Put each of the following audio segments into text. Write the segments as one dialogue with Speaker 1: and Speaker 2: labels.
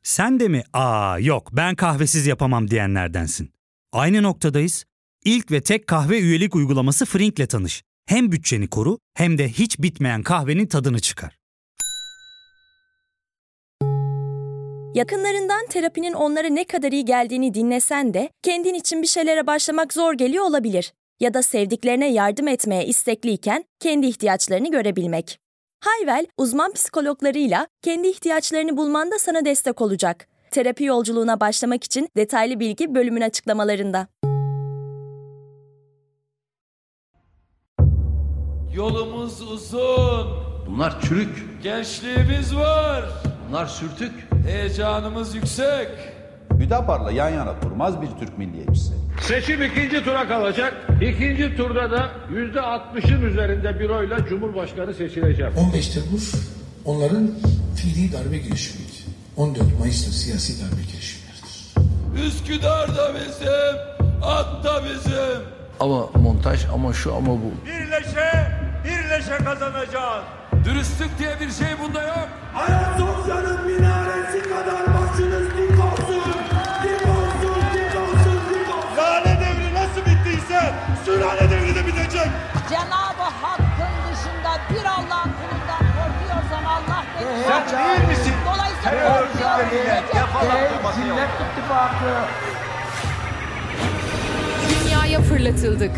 Speaker 1: Sen de mi yok ben kahvesiz yapamam diyenlerdensin? Aynı noktadayız. İlk ve tek kahve üyelik uygulaması Frink'le tanış. Hem bütçeni koru hem de hiç bitmeyen kahvenin tadını çıkar.
Speaker 2: Yakınlarından terapinin onlara ne kadar iyi geldiğini dinlesen de kendin için bir şeylere başlamak zor geliyor olabilir. Ya da sevdiklerine yardım etmeye istekliyken kendi ihtiyaçlarını görebilmek. Hayvel, uzman psikologlarıyla kendi ihtiyaçlarını bulmanda sana destek olacak. Terapi yolculuğuna başlamak için detaylı bilgi bölümün açıklamalarında.
Speaker 3: Yolumuz uzun.
Speaker 4: Bunlar çürük.
Speaker 3: Gençliğimiz var.
Speaker 4: Bunlar sürtük.
Speaker 3: Heyecanımız yüksek.
Speaker 5: Hüdapar'la yan yana durmaz bir Türk milliyetçisi.
Speaker 6: Seçim ikinci tura kalacak. İkinci turda da %60'ın üzerinde bir oyla Cumhurbaşkanı seçilecek.
Speaker 7: 15 Temmuz onların fiili darbe girişimiydi. 14 Mayıs'ta siyasi darbe girişimleridir.
Speaker 3: Üsküdar da bizim, at da bizim.
Speaker 4: Ama montaj, ama şu, ama bu.
Speaker 8: Birleşe kazanacağız.
Speaker 3: Dürüstlük diye bir şey bunda yok.
Speaker 8: Ayasofya'nın minaresi kadar başınız dik olsun. Dik olsun, dik olsun, dik olsun. Lale devri nasıl bittiyse sülale devri de bitecek.
Speaker 9: Cenab-ı Hakk'ın dışında bir Allah'ın kulundan korkuyorsan Allah beni.
Speaker 8: Sen değil misin?
Speaker 9: Dolayısıyla korkuyorum.
Speaker 8: Millet İttifakı.
Speaker 10: Dünyaya fırlatıldık.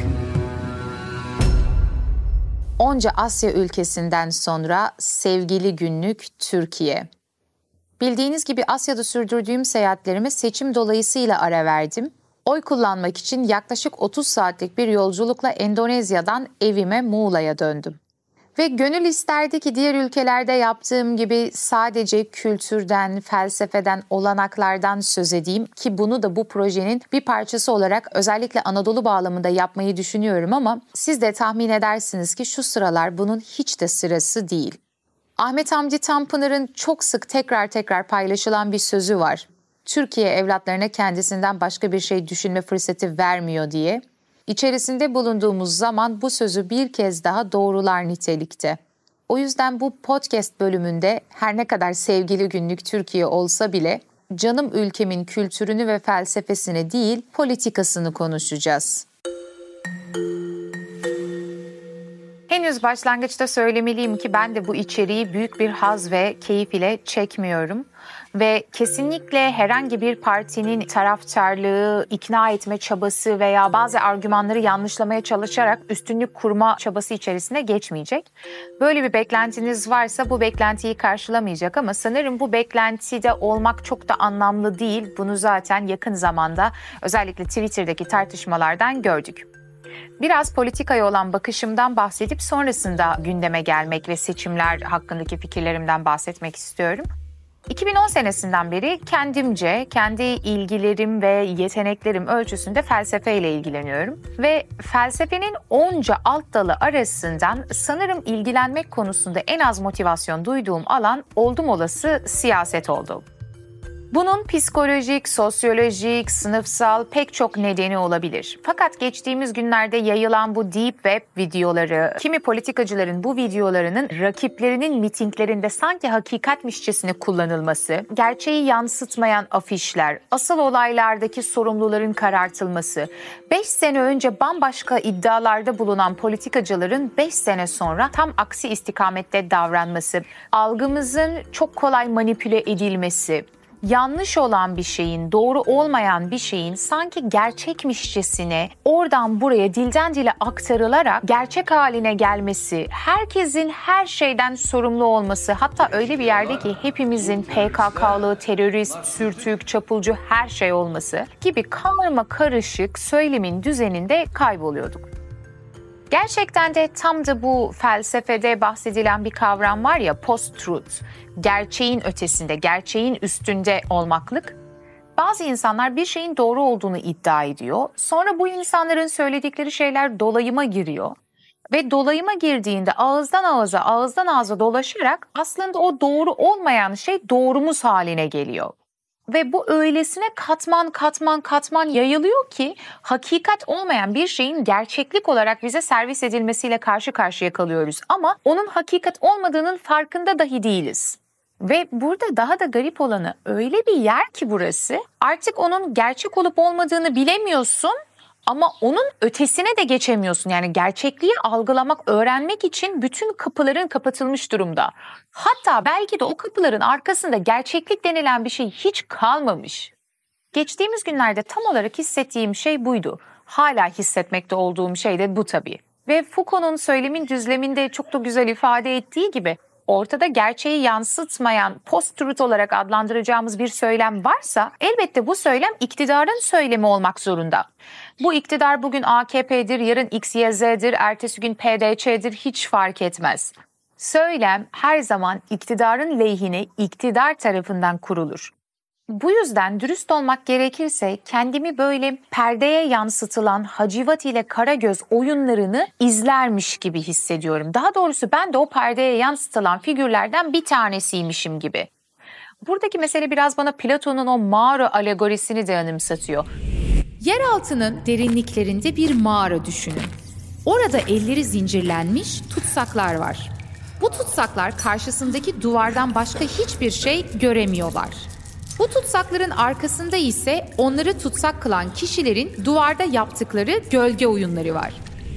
Speaker 11: Onca Asya ülkesinden sonra sevgili günlük Türkiye. Bildiğiniz gibi Asya'da sürdürdüğüm seyahatlerime seçim dolayısıyla ara verdim. Oy kullanmak için yaklaşık 30 saatlik bir yolculukla Endonezya'dan evime Muğla'ya döndüm. Ve gönül isterdi ki diğer ülkelerde yaptığım gibi sadece kültürden, felsefeden, olanaklardan söz edeyim ki bunu da bu projenin bir parçası olarak özellikle Anadolu bağlamında yapmayı düşünüyorum ama siz de tahmin edersiniz ki şu sıralar bunun hiç de sırası değil. Ahmet Hamdi Tanpınar'ın çok sık tekrar paylaşılan bir sözü var. Türkiye evlatlarına kendisinden başka bir şey düşünme fırsatı vermiyor diye. İçerisinde bulunduğumuz zaman bu sözü bir kez daha doğrular nitelikte. O yüzden bu podcast bölümünde her ne kadar sevgili günlük Türkiye olsa bile canım ülkemin kültürünü ve felsefesini değil politikasını konuşacağız. Henüz başlangıçta söylemeliyim ki ben de bu içeriği büyük bir haz ve keyif ile çekmiyorum. Ve kesinlikle herhangi bir partinin taraftarlığı, ikna etme çabası veya bazı argümanları yanlışlamaya çalışarak üstünlük kurma çabası içerisine geçmeyecek. Böyle bir beklentiniz varsa bu beklentiyi karşılamayacak ama sanırım bu beklentide olmak çok da anlamlı değil. Bunu zaten yakın zamanda özellikle Twitter'daki tartışmalardan gördük. Biraz politikaya olan bakışımdan bahsedip sonrasında gündeme gelmek ve seçimler hakkındaki fikirlerimden bahsetmek istiyorum. 2010 senesinden beri kendimce, kendi ilgilerim ve yeteneklerim ölçüsünde felsefeyle ilgileniyorum. Ve felsefenin onca alt dalı arasından sanırım ilgilenmek konusunda en az motivasyon duyduğum alan oldum olası siyaset oldu. Bunun psikolojik, sosyolojik, sınıfsal pek çok nedeni olabilir. Fakat geçtiğimiz günlerde yayılan bu deep web videoları, kimi politikacıların bu videolarının rakiplerinin mitinglerinde sanki hakikatmişçesine kullanılması, gerçeği yansıtmayan afişler, asıl olaylardaki sorumluların karartılması, 5 sene önce bambaşka iddialarda bulunan politikacıların 5 sene sonra tam aksi istikamette davranması, algımızın çok kolay manipüle edilmesi, yanlış olan bir şeyin, doğru olmayan bir şeyin sanki gerçekmişçesine oradan buraya dilden dile aktarılarak gerçek haline gelmesi, herkesin her şeyden sorumlu olması, hatta öyle bir yerde ki hepimizin PKK'lı, terörist, sürtük, çapulcu her şey olması gibi karma karışık söylemin düzeninde kayboluyorduk. Gerçekten de tam da bu felsefede bahsedilen bir kavram var ya, post-truth, gerçeğin ötesinde, gerçeğin üstünde olmaklık. Bazı insanlar bir şeyin doğru olduğunu iddia ediyor. Sonra bu insanların söyledikleri şeyler dolayıma giriyor. Ve dolayıma girdiğinde ağızdan ağza dolaşarak aslında o doğru olmayan şey doğrumuz haline geliyor. Ve bu öylesine katman yayılıyor ki hakikat olmayan bir şeyin gerçeklik olarak bize servis edilmesiyle karşı karşıya kalıyoruz. Ama onun hakikat olmadığının farkında dahi değiliz. Ve burada daha da garip olanı öyle bir yer ki burası, artık onun gerçek olup olmadığını bilemiyorsun ama onun ötesine de geçemiyorsun. Yani gerçekliği algılamak, öğrenmek için bütün kapıların kapatılmış durumda. Hatta belki de o kapıların arkasında gerçeklik denilen bir şey hiç kalmamış. Geçtiğimiz günlerde tam olarak hissettiğim şey buydu. Hala hissetmekte olduğum şey de bu tabii. Ve Foucault'un söylemin düzleminde çok da güzel ifade ettiği gibi ortada gerçeği yansıtmayan post-truth olarak adlandıracağımız bir söylem varsa elbette bu söylem iktidarın söylemi olmak zorunda. Bu iktidar bugün AKP'dir, yarın XYZ'dir, ertesi gün PDÇ'dir, hiç fark etmez. Söylem her zaman iktidarın lehine iktidar tarafından kurulur. Bu yüzden dürüst olmak gerekirse kendimi böyle perdeye yansıtılan Hacivat ile Karagöz oyunlarını izlermiş gibi hissediyorum. Daha doğrusu ben de o perdeye yansıtılan figürlerden bir tanesiymişim gibi. Buradaki mesele biraz bana Platon'un o mağara alegorisini de anımsatıyor.
Speaker 10: Yeraltının derinliklerinde bir mağara düşünün. Orada elleri zincirlenmiş tutsaklar var. Bu tutsaklar karşısındaki duvardan başka hiçbir şey göremiyorlar. Bu tutsakların arkasında ise onları tutsak kılan kişilerin duvarda yaptıkları gölge oyunları var.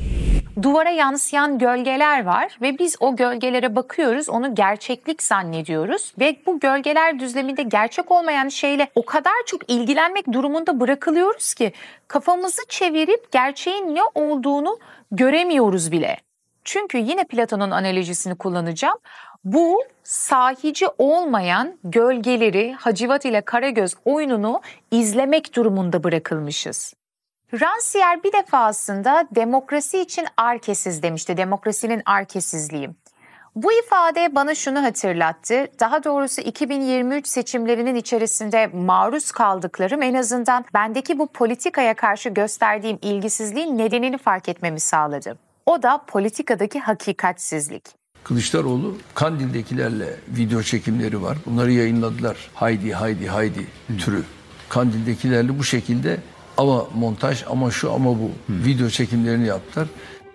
Speaker 11: Duvara yansıyan gölgeler var ve biz o gölgelere bakıyoruz, onu gerçeklik zannediyoruz ve bu gölgeler düzleminde gerçek olmayan şeyle o kadar çok ilgilenmek durumunda bırakılıyoruz ki kafamızı çevirip gerçeğin ne olduğunu göremiyoruz bile. Çünkü yine Platon'un analojisini kullanacağım. Bu sahici olmayan gölgeleri Hacivat ile Karagöz oyununu izlemek durumunda bırakılmışız. Rancière bir defasında demokrasi için arkesiz demişti, demokrasinin arkesizliği. Bu ifade bana şunu hatırlattı, daha doğrusu 2023 seçimlerinin içerisinde maruz kaldıklarım en azından bendeki bu politikaya karşı gösterdiğim ilgisizliğin nedenini fark etmemi sağladı. O da politikadaki hakikatsizlik.
Speaker 4: Kılıçdaroğlu Kandil'dekilerle video çekimleri var. Bunları yayınladılar. Haydi haydi haydi türü. Kandil'dekilerle bu şekilde ama montaj ama şu ama bu video çekimlerini yaptılar.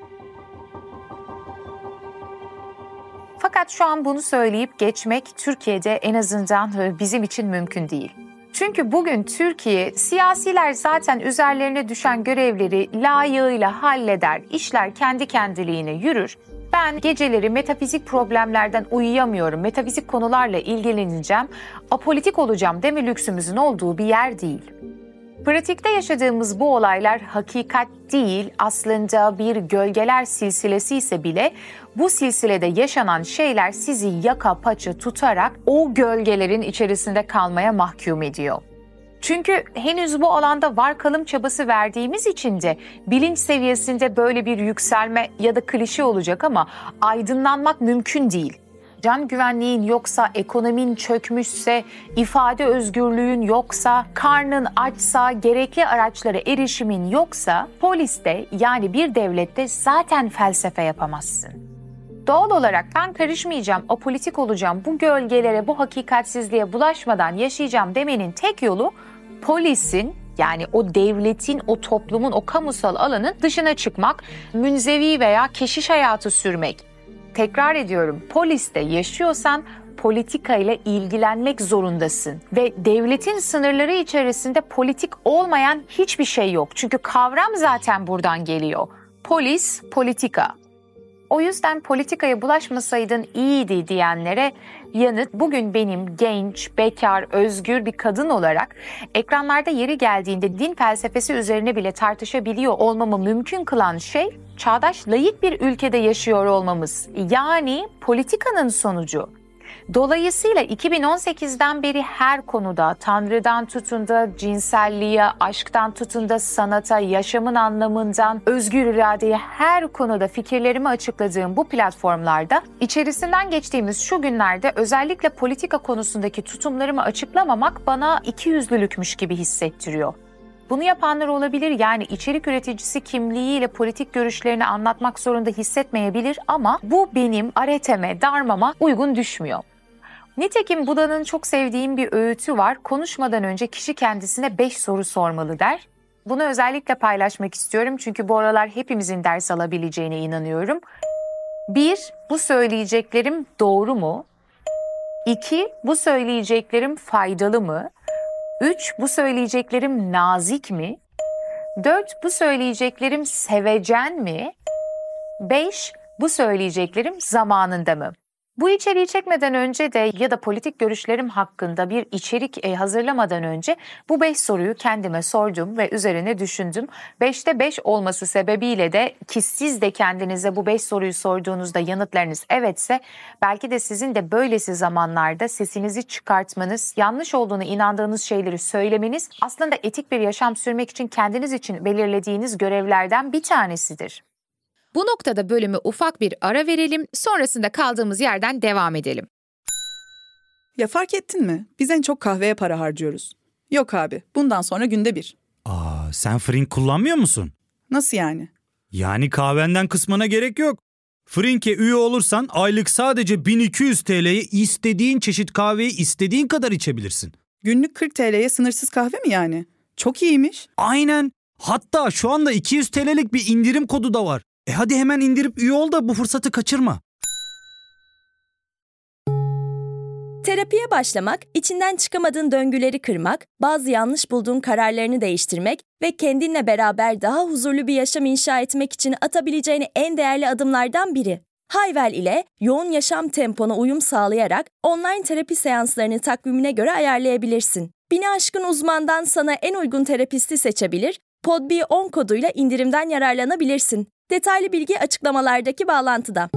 Speaker 11: Fakat şu an bunu söyleyip geçmek Türkiye'de en azından bizim için mümkün değil. Çünkü bugün Türkiye, siyasiler zaten üzerlerine düşen görevleri layığıyla halleder, işler kendi kendiliğine yürür. Ben geceleri metafizik problemlerden uyuyamıyorum, metafizik konularla ilgileneceğim, apolitik olacağım deme lüksümüzün olduğu bir yer değil. Pratikte yaşadığımız bu olaylar hakikat değil, aslında bir gölgeler silsilesi ise bile bu silsilede yaşanan şeyler sizi yaka paça tutarak o gölgelerin içerisinde kalmaya mahkum ediyor. Çünkü henüz bu alanda var kalım çabası verdiğimiz için de bilinç seviyesinde böyle bir yükselme ya da klişe olacak ama aydınlanmak mümkün değil. Can güvenliğin yoksa, ekonomin çökmüşse, ifade özgürlüğün yoksa, karnın açsa, gerekli araçlara erişimin yoksa, poliste yani bir devlette zaten felsefe yapamazsın. Doğal olarak ben karışmayacağım, apolitik olacağım, bu gölgelere, bu hakikatsizliğe bulaşmadan yaşayacağım demenin tek yolu polisin, yani o devletin, o toplumun, o kamusal alanın dışına çıkmak, münzevi veya keşiş hayatı sürmek. Tekrar ediyorum, poliste yaşıyorsan politikayla ilgilenmek zorundasın ve devletin sınırları içerisinde politik olmayan hiçbir şey yok. Çünkü kavram zaten buradan geliyor. Polis, politika. O yüzden politikaya bulaşmasaydın iyiydi diyenlere yanıt bugün benim genç, bekar, özgür bir kadın olarak ekranlarda yeri geldiğinde din felsefesi üzerine bile tartışabiliyor olmamı mümkün kılan şey çağdaş laik bir ülkede yaşıyor olmamız. Yani politikanın sonucu. Dolayısıyla 2018'den beri her konuda Tanrı'dan tutun da cinselliğe, aşktan tutun da sanata, yaşamın anlamından özgür iradeye her konuda fikirlerimi açıkladığım bu platformlarda içerisinden geçtiğimiz şu günlerde özellikle politika konusundaki tutumlarımı açıklamamak bana ikiyüzlülükmüş gibi hissettiriyor. Bunu yapanlar olabilir, yani içerik üreticisi kimliğiyle politik görüşlerini anlatmak zorunda hissetmeyebilir ama bu benim areteme, darmama uygun düşmüyor. Nitekim Buda'nın çok sevdiğim bir öğütü var. Konuşmadan önce kişi kendisine 5 soru sormalı der. Bunu özellikle paylaşmak istiyorum çünkü bu aralar hepimizin ders alabileceğine inanıyorum. 1. Bu söyleyeceklerim doğru mu? 2. Bu söyleyeceklerim faydalı mı? 3. Bu söyleyeceklerim nazik mi? 4. Bu söyleyeceklerim sevecen mi? 5. Bu söyleyeceklerim zamanında mı? Bu içeriği çekmeden önce de ya da politik görüşlerim hakkında bir içerik hazırlamadan önce bu 5 soruyu kendime sordum ve üzerine düşündüm. 5'te 5 olması sebebiyle de ki siz de kendinize bu 5 soruyu sorduğunuzda yanıtlarınız evetse belki de sizin de böylesi zamanlarda sesinizi çıkartmanız, yanlış olduğunu inandığınız şeyleri söylemeniz aslında etik bir yaşam sürmek için kendiniz için belirlediğiniz görevlerden bir tanesidir.
Speaker 10: Bu noktada bölümü ufak bir ara verelim, sonrasında kaldığımız yerden devam edelim.
Speaker 12: Ya fark ettin mi? Biz en çok kahveye para harcıyoruz. Yok abi, bundan sonra günde 1.
Speaker 1: Sen Frink kullanmıyor musun?
Speaker 12: Nasıl yani?
Speaker 1: Yani kahvenden kısmına gerek yok. Frink'e üye olursan aylık sadece 1200 TL'ye istediğin çeşit kahveyi istediğin kadar içebilirsin.
Speaker 12: Günlük 40 TL'ye sınırsız kahve mi yani? Çok iyiymiş.
Speaker 1: Aynen. Hatta şu anda 200 TL'lik bir indirim kodu da var. Hadi hemen indirip üye ol da bu fırsatı kaçırma.
Speaker 2: Terapiye başlamak, içinden çıkamadığın döngüleri kırmak, bazı yanlış bulduğun kararlarını değiştirmek ve kendinle beraber daha huzurlu bir yaşam inşa etmek için atabileceğin en değerli adımlardan biri. Hayvel ile yoğun yaşam tempona uyum sağlayarak online terapi seanslarını takvimine göre ayarlayabilirsin. 1000'i aşkın uzmandan sana en uygun terapisti seçebilir, PodB10 koduyla indirimden yararlanabilirsin. Detaylı bilgi açıklamalardaki bağlantıda.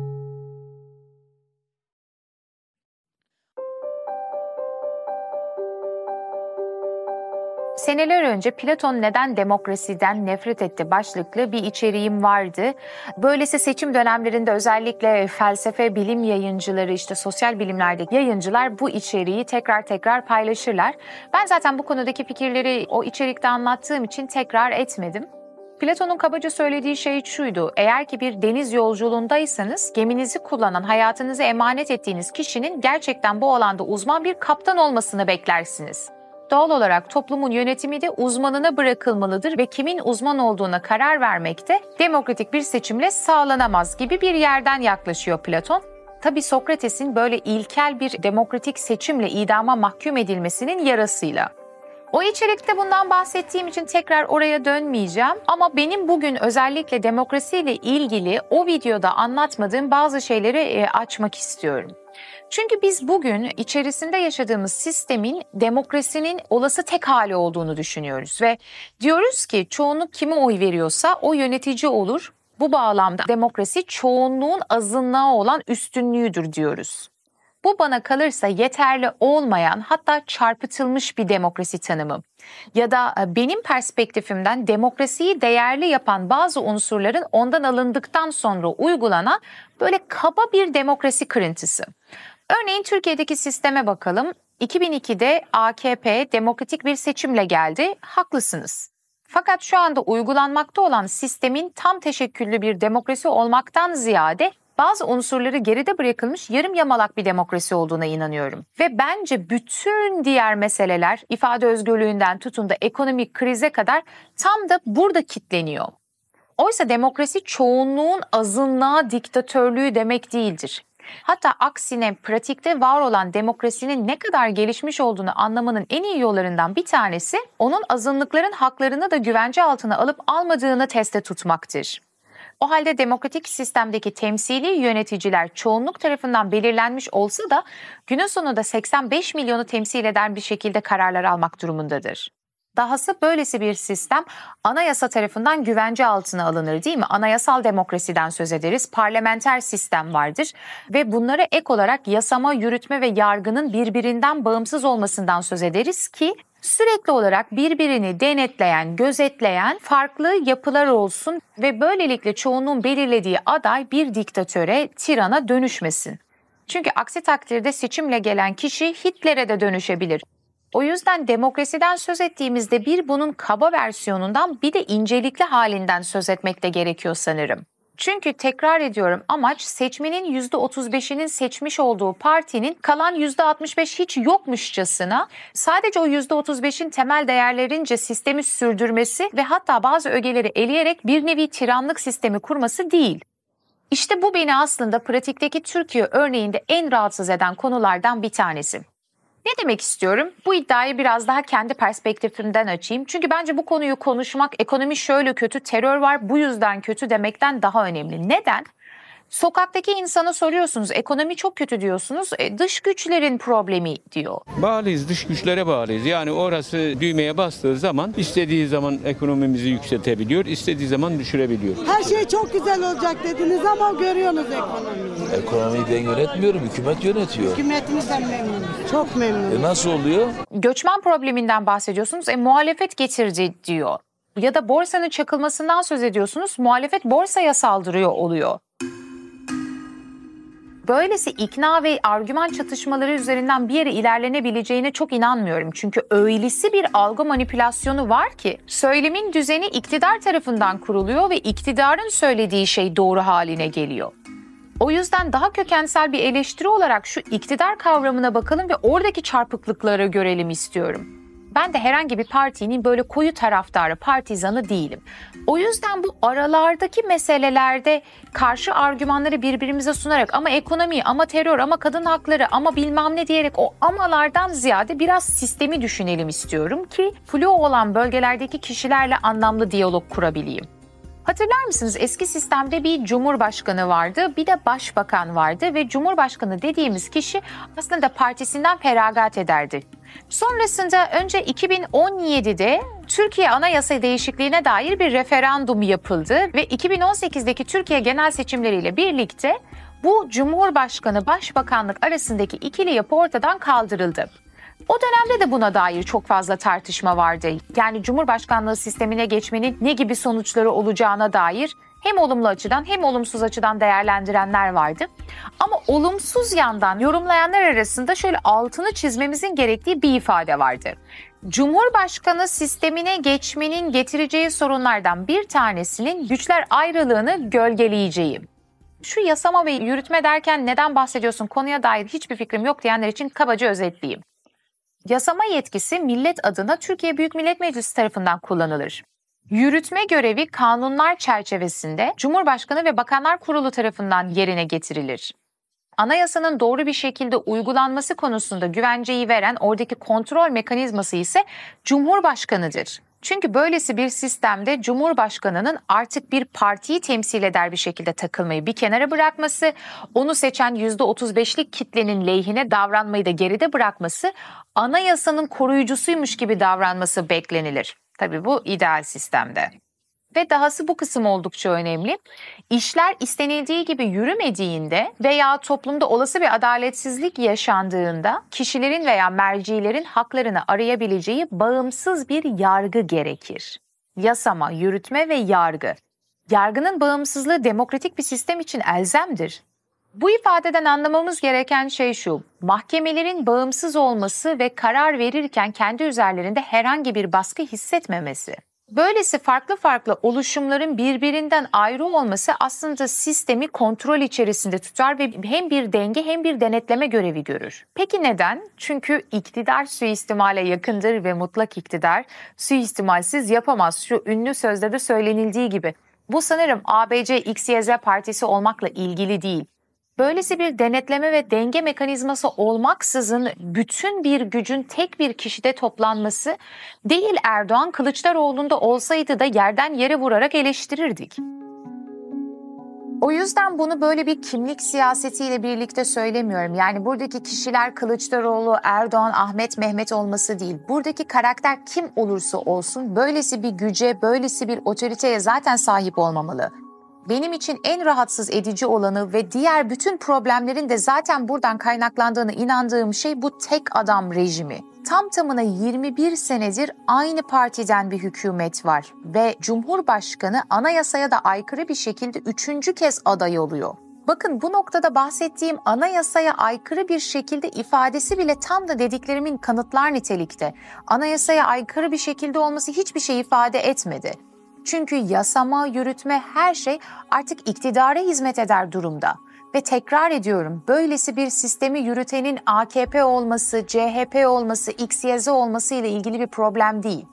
Speaker 11: Seneler önce Platon neden demokrasiden nefret etti başlıklı bir içeriğim vardı. Böylesi seçim dönemlerinde özellikle felsefe, bilim yayıncıları, sosyal bilimlerdeki yayıncılar bu içeriği tekrar paylaşırlar. Ben zaten bu konudaki fikirleri o içerikte anlattığım için tekrar etmedim. Platon'un kabaca söylediği şey şuydu: eğer ki bir deniz yolculuğundaysanız geminizi kullanan, hayatınızı emanet ettiğiniz kişinin gerçekten bu alanda uzman bir kaptan olmasını beklersiniz. Doğal olarak toplumun yönetimi de uzmanına bırakılmalıdır ve kimin uzman olduğuna karar vermek de demokratik bir seçimle sağlanamaz gibi bir yerden yaklaşıyor Platon. Tabii Sokrates'in böyle ilkel bir demokratik seçimle idama mahkum edilmesinin yarasıyla. O içerikte bundan bahsettiğim için tekrar oraya dönmeyeceğim ama benim bugün özellikle demokrasiyle ilgili o videoda anlatmadığım bazı şeyleri açmak istiyorum. Çünkü biz bugün içerisinde yaşadığımız sistemin demokrasinin olası tek hali olduğunu düşünüyoruz ve diyoruz ki çoğunluk kime oy veriyorsa o yönetici olur. Bu bağlamda demokrasi çoğunluğun azınlığa olan üstünlüğüdür diyoruz. Bu bana kalırsa yeterli olmayan, hatta çarpıtılmış bir demokrasi tanımı. Ya da benim perspektifimden demokrasiyi değerli yapan bazı unsurların ondan alındıktan sonra uygulanan böyle kaba bir demokrasi kırıntısı. Örneğin Türkiye'deki sisteme bakalım. 2002'de AKP demokratik bir seçimle geldi. Haklısınız. Fakat şu anda uygulanmakta olan sistemin tam teşekküllü bir demokrasi olmaktan ziyade bazı unsurları geride bırakılmış yarım yamalak bir demokrasi olduğuna inanıyorum. Ve bence bütün diğer meseleler, ifade özgürlüğünden tutun da ekonomik krize kadar tam da burada kilitleniyor. Oysa demokrasi çoğunluğun azınlığa diktatörlüğü demek değildir. Hatta aksine pratikte var olan demokrasinin ne kadar gelişmiş olduğunu anlamanın en iyi yollarından bir tanesi, onun azınlıkların haklarını da güvence altına alıp almadığını teste tutmaktır. O halde demokratik sistemdeki temsili yöneticiler çoğunluk tarafından belirlenmiş olsa da günün sonunda 85 milyonu temsil eden bir şekilde kararlar almak durumundadır. Dahası böylesi bir sistem anayasa tarafından güvence altına alınır, değil mi? Anayasal demokrasiden söz ederiz, parlamenter sistem vardır ve bunlara ek olarak yasama, yürütme ve yargının birbirinden bağımsız olmasından söz ederiz ki sürekli olarak birbirini denetleyen, gözetleyen farklı yapılar olsun ve böylelikle çoğunluğun belirlediği aday bir diktatöre, tirana dönüşmesin. Çünkü aksi takdirde seçimle gelen kişi Hitler'e de dönüşebilir. O yüzden demokrasiden söz ettiğimizde bir bunun kaba versiyonundan bir de incelikli halinden söz etmek de gerekiyor sanırım. Çünkü tekrar ediyorum, amaç seçmenin %35'inin seçmiş olduğu partinin kalan %65 hiç yokmuşçasına sadece o %35'in temel değerlerince sistemi sürdürmesi ve hatta bazı ögeleri eleyerek bir nevi tiranlık sistemi kurması değil. İşte bu beni aslında pratikteki Türkiye örneğinde en rahatsız eden konulardan bir tanesi. Ne demek istiyorum? Bu iddiayı biraz daha kendi perspektifimden açayım. Çünkü bence bu konuyu konuşmak ekonomi şöyle kötü, terör var bu yüzden kötü demekten daha önemli. Neden? Sokaktaki insana soruyorsunuz, ekonomi çok kötü diyorsunuz, dış güçlerin problemi diyor.
Speaker 13: Bağlıyız, dış güçlere bağlıyız. Yani orası düğmeye bastığı zaman istediği zaman ekonomimizi yükseltebiliyor, istediği zaman düşürebiliyor.
Speaker 14: Her şey çok güzel olacak dediniz ama görüyorsunuz ekonomiyi.
Speaker 15: Ekonomiyi ben yönetmiyorum, hükümet yönetiyor.
Speaker 14: Hükümetimizden memnunuz, çok memnunuz.
Speaker 15: Nasıl oluyor?
Speaker 11: Göçmen probleminden bahsediyorsunuz, muhalefet getirdi diyor. Ya da borsanın çakılmasından söz ediyorsunuz, muhalefet borsaya saldırıyor oluyor. Böylesi ikna ve argüman çatışmaları üzerinden bir yere ilerlenebileceğine çok inanmıyorum. Çünkü öylesi bir algı manipülasyonu var ki söylemin düzeni iktidar tarafından kuruluyor ve iktidarın söylediği şey doğru haline geliyor. O yüzden daha kökensel bir eleştiri olarak şu iktidar kavramına bakalım ve oradaki çarpıklıkları görelim istiyorum. Ben de herhangi bir partinin böyle koyu taraftarı, partizanı değilim. O yüzden bu aralardaki meselelerde karşı argümanları birbirimize sunarak ama ekonomi, ama terör, ama kadın hakları, ama bilmem ne diyerek o amalardan ziyade biraz sistemi düşünelim istiyorum ki flu olan bölgelerdeki kişilerle anlamlı diyalog kurabileyim. Hatırlar mısınız? Eski sistemde bir cumhurbaşkanı vardı, bir de başbakan vardı ve cumhurbaşkanı dediğimiz kişi aslında partisinden feragat ederdi. Sonrasında önce 2017'de Türkiye Anayasa değişikliğine dair bir referandum yapıldı ve 2018'deki Türkiye genel seçimleriyle birlikte bu Cumhurbaşkanı Başbakanlık arasındaki ikili yapı ortadan kaldırıldı. O dönemde de buna dair çok fazla tartışma vardı. Yani Cumhurbaşkanlığı sistemine geçmenin ne gibi sonuçları olacağına dair hem olumlu açıdan hem olumsuz açıdan değerlendirenler vardı. Ama olumsuz yandan yorumlayanlar arasında şöyle altını çizmemizin gerektiği bir ifade vardı. Cumhurbaşkanı sistemine geçmenin getireceği sorunlardan bir tanesinin güçler ayrılığını gölgeleyeceği. Şu yasama ve yürütme derken neden bahsediyorsun, konuya dair hiçbir fikrim yok diyenler için kabaca özetleyeyim. Yasama yetkisi millet adına Türkiye Büyük Millet Meclisi tarafından kullanılır. Yürütme görevi kanunlar çerçevesinde Cumhurbaşkanı ve Bakanlar Kurulu tarafından yerine getirilir. Anayasanın doğru bir şekilde uygulanması konusunda güvenceyi veren oradaki kontrol mekanizması ise Cumhurbaşkanı'dır. Çünkü böylesi bir sistemde Cumhurbaşkanı'nın artık bir partiyi temsil eder bir şekilde takılmayı bir kenara bırakması, onu seçen %35'lik kitlenin lehine davranmayı da geride bırakması, anayasanın koruyucusuymuş gibi davranması beklenilir. Tabii bu ideal sistemde. Ve dahası bu kısım oldukça önemli. İşler istenildiği gibi yürümediğinde veya toplumda olası bir adaletsizlik yaşandığında kişilerin veya mercilerin haklarını arayabileceği bağımsız bir yargı gerekir. Yasama, yürütme ve yargı. Yargının bağımsızlığı demokratik bir sistem için elzemdir. Bu ifadeden anlamamız gereken şey şu: mahkemelerin bağımsız olması ve karar verirken kendi üzerlerinde herhangi bir baskı hissetmemesi. Böylesi farklı oluşumların birbirinden ayrı olması aslında sistemi kontrol içerisinde tutar ve hem bir denge hem bir denetleme görevi görür. Peki neden? Çünkü iktidar suistimale yakındır ve mutlak iktidar suistimalsiz yapamaz. Şu ünlü sözde de söylenildiği gibi. Bu sanırım ABC XYZ partisi olmakla ilgili değil. Böylesi bir denetleme ve denge mekanizması olmaksızın bütün bir gücün tek bir kişide toplanması değil, Erdoğan Kılıçdaroğlu'nda olsaydı da yerden yere vurarak eleştirirdik. O yüzden bunu böyle bir kimlik siyasetiyle birlikte söylemiyorum. Yani buradaki kişiler Kılıçdaroğlu, Erdoğan, Ahmet, Mehmet olması değil. Buradaki karakter kim olursa olsun böylesi bir güce, böylesi bir otoriteye zaten sahip olmamalı. Benim için en rahatsız edici olanı ve diğer bütün problemlerin de zaten buradan kaynaklandığını inandığım şey bu tek adam rejimi. Tam tamına 21 senedir aynı partiden bir hükümet var ve Cumhurbaşkanı anayasaya da aykırı bir şekilde 3. kez aday oluyor. Bakın bu noktada bahsettiğim anayasaya aykırı bir şekilde ifadesi bile tam da dediklerimin kanıtlar nitelikte. Anayasaya aykırı bir şekilde olması hiçbir şey ifade etmedi. Çünkü yasama, yürütme her şey artık iktidara hizmet eder durumda. Ve tekrar ediyorum, böylesi bir sistemi yürütenin AKP olması, CHP olması, XYZ olması ile ilgili bir problem değil.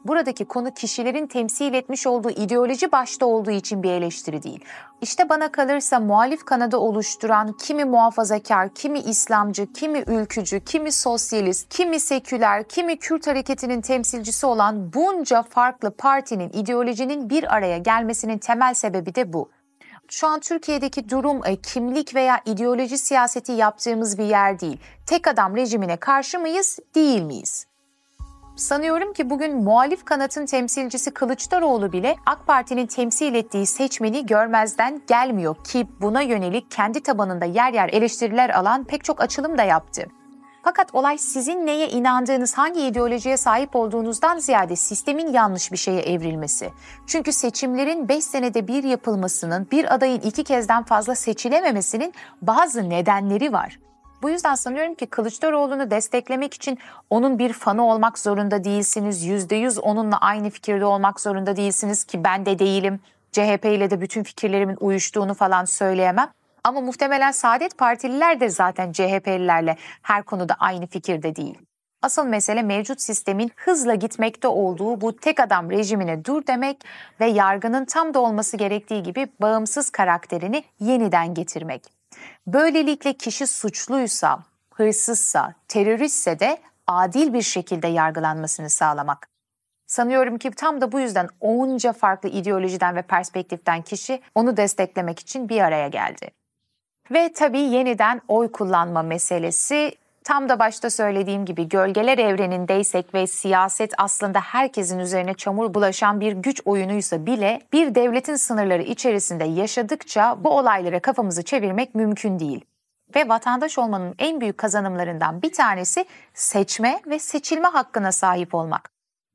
Speaker 11: Buradaki konu kişilerin temsil etmiş olduğu ideoloji başta olduğu için bir eleştiri değil. İşte bana kalırsa muhalif kanadı oluşturan kimi muhafazakar, kimi İslamcı, kimi ülkücü, kimi sosyalist, kimi seküler, kimi Kürt hareketinin temsilcisi olan bunca farklı partinin, ideolojinin bir araya gelmesinin temel sebebi de bu. Şu an Türkiye'deki durum kimlik veya ideoloji siyaseti yaptığımız bir yer değil. Tek adam rejimine karşı mıyız, değil miyiz? Sanıyorum ki bugün muhalif kanatın temsilcisi Kılıçdaroğlu bile AK Parti'nin temsil ettiği seçmeni görmezden gelmiyor ki buna yönelik kendi tabanında yer yer eleştiriler alan pek çok açılım da yaptı. Fakat olay sizin neye inandığınız, hangi ideolojiye sahip olduğunuzdan ziyade sistemin yanlış bir şeye evrilmesi. Çünkü seçimlerin 5 senede bir yapılmasının, bir adayın 2 kezden fazla seçilememesinin bazı nedenleri var. Bu yüzden sanıyorum ki Kılıçdaroğlu'nu desteklemek için onun bir fanı olmak zorunda değilsiniz. %100 onunla aynı fikirde olmak zorunda değilsiniz ki ben de değilim. CHP ile de bütün fikirlerimin uyuştuğunu falan söyleyemem. Ama muhtemelen Saadet Partililer de zaten CHP'lilerle her konuda aynı fikirde değil. Asıl mesele mevcut sistemin hızla gitmekte olduğu bu tek adam rejimine dur demek ve yargının tam da olması gerektiği gibi bağımsız karakterini yeniden getirmek. Böylelikle kişi suçluysa, hırsızsa, teröristse de adil bir şekilde yargılanmasını sağlamak. Sanıyorum ki tam da bu yüzden onca farklı ideolojiden ve perspektiften kişi onu desteklemek için bir araya geldi. Ve tabii yeniden oy kullanma meselesi, tam da başta söylediğim gibi gölgeler evrenindeysek ve siyaset aslında herkesin üzerine çamur bulaşan bir güç oyunuysa bile bir devletin sınırları içerisinde yaşadıkça bu olaylara kafamızı çevirmek mümkün değil. Ve vatandaş olmanın en büyük kazanımlarından bir tanesi seçme ve seçilme hakkına sahip olmak.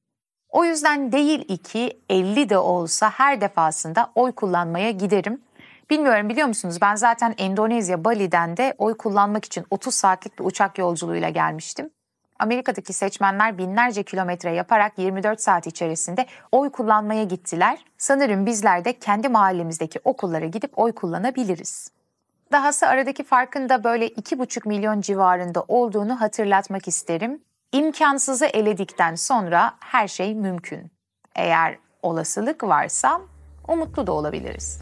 Speaker 11: O yüzden değil 2, 50 de olsa her defasında oy kullanmaya giderim. Bilmiyorum, biliyor musunuz, ben zaten Endonezya, Bali'den de oy kullanmak için 30 saatlik bir uçak yolculuğuyla gelmiştim. Amerika'daki seçmenler binlerce kilometre yaparak 24 saat içerisinde oy kullanmaya gittiler. Sanırım bizler de kendi mahallemizdeki okullara gidip oy kullanabiliriz. Dahası aradaki farkın da böyle 2,5 milyon civarında olduğunu hatırlatmak isterim. İmkansızı eledikten sonra her şey mümkün. Eğer olasılık varsa umutlu da olabiliriz.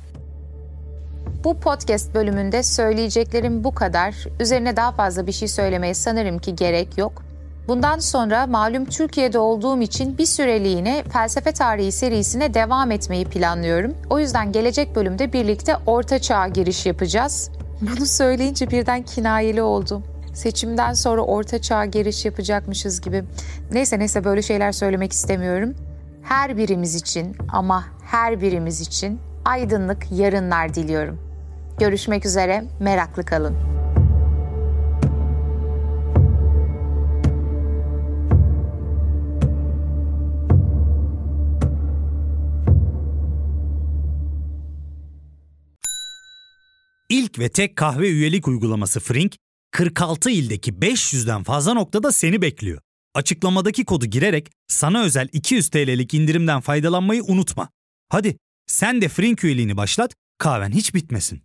Speaker 11: Bu podcast bölümünde söyleyeceklerim bu kadar. Üzerine daha fazla bir şey söylemeye sanırım ki gerek yok. Bundan sonra malum Türkiye'de olduğum için bir süreliğine felsefe tarihi serisine devam etmeyi planlıyorum. O yüzden gelecek bölümde birlikte Orta Çağ'a giriş yapacağız. Bunu söyleyince birden kinayeli oldum. Seçimden sonra Orta Çağ'a giriş yapacakmışız gibi. Neyse böyle şeyler söylemek istemiyorum. Her birimiz için, ama her birimiz için aydınlık yarınlar diliyorum. Görüşmek üzere, meraklı kalın.
Speaker 1: İlk ve tek kahve üyelik uygulaması Frink, 46 ildeki 500'den fazla noktada seni bekliyor. Açıklamadaki kodu girerek sana özel 200 TL'lik indirimden faydalanmayı unutma. Hadi sen de Frink üyeliğini başlat, kahven hiç bitmesin.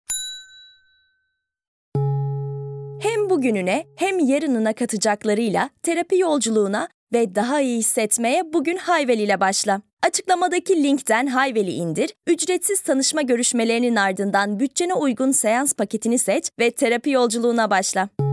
Speaker 2: Hem bugününe hem yarınına katacaklarıyla terapi yolculuğuna ve daha iyi hissetmeye bugün Hayvel ile başla. Açıklamadaki linkten Hayvel'i indir, ücretsiz tanışma görüşmelerinin ardından bütçene uygun seans paketini seç ve terapi yolculuğuna başla.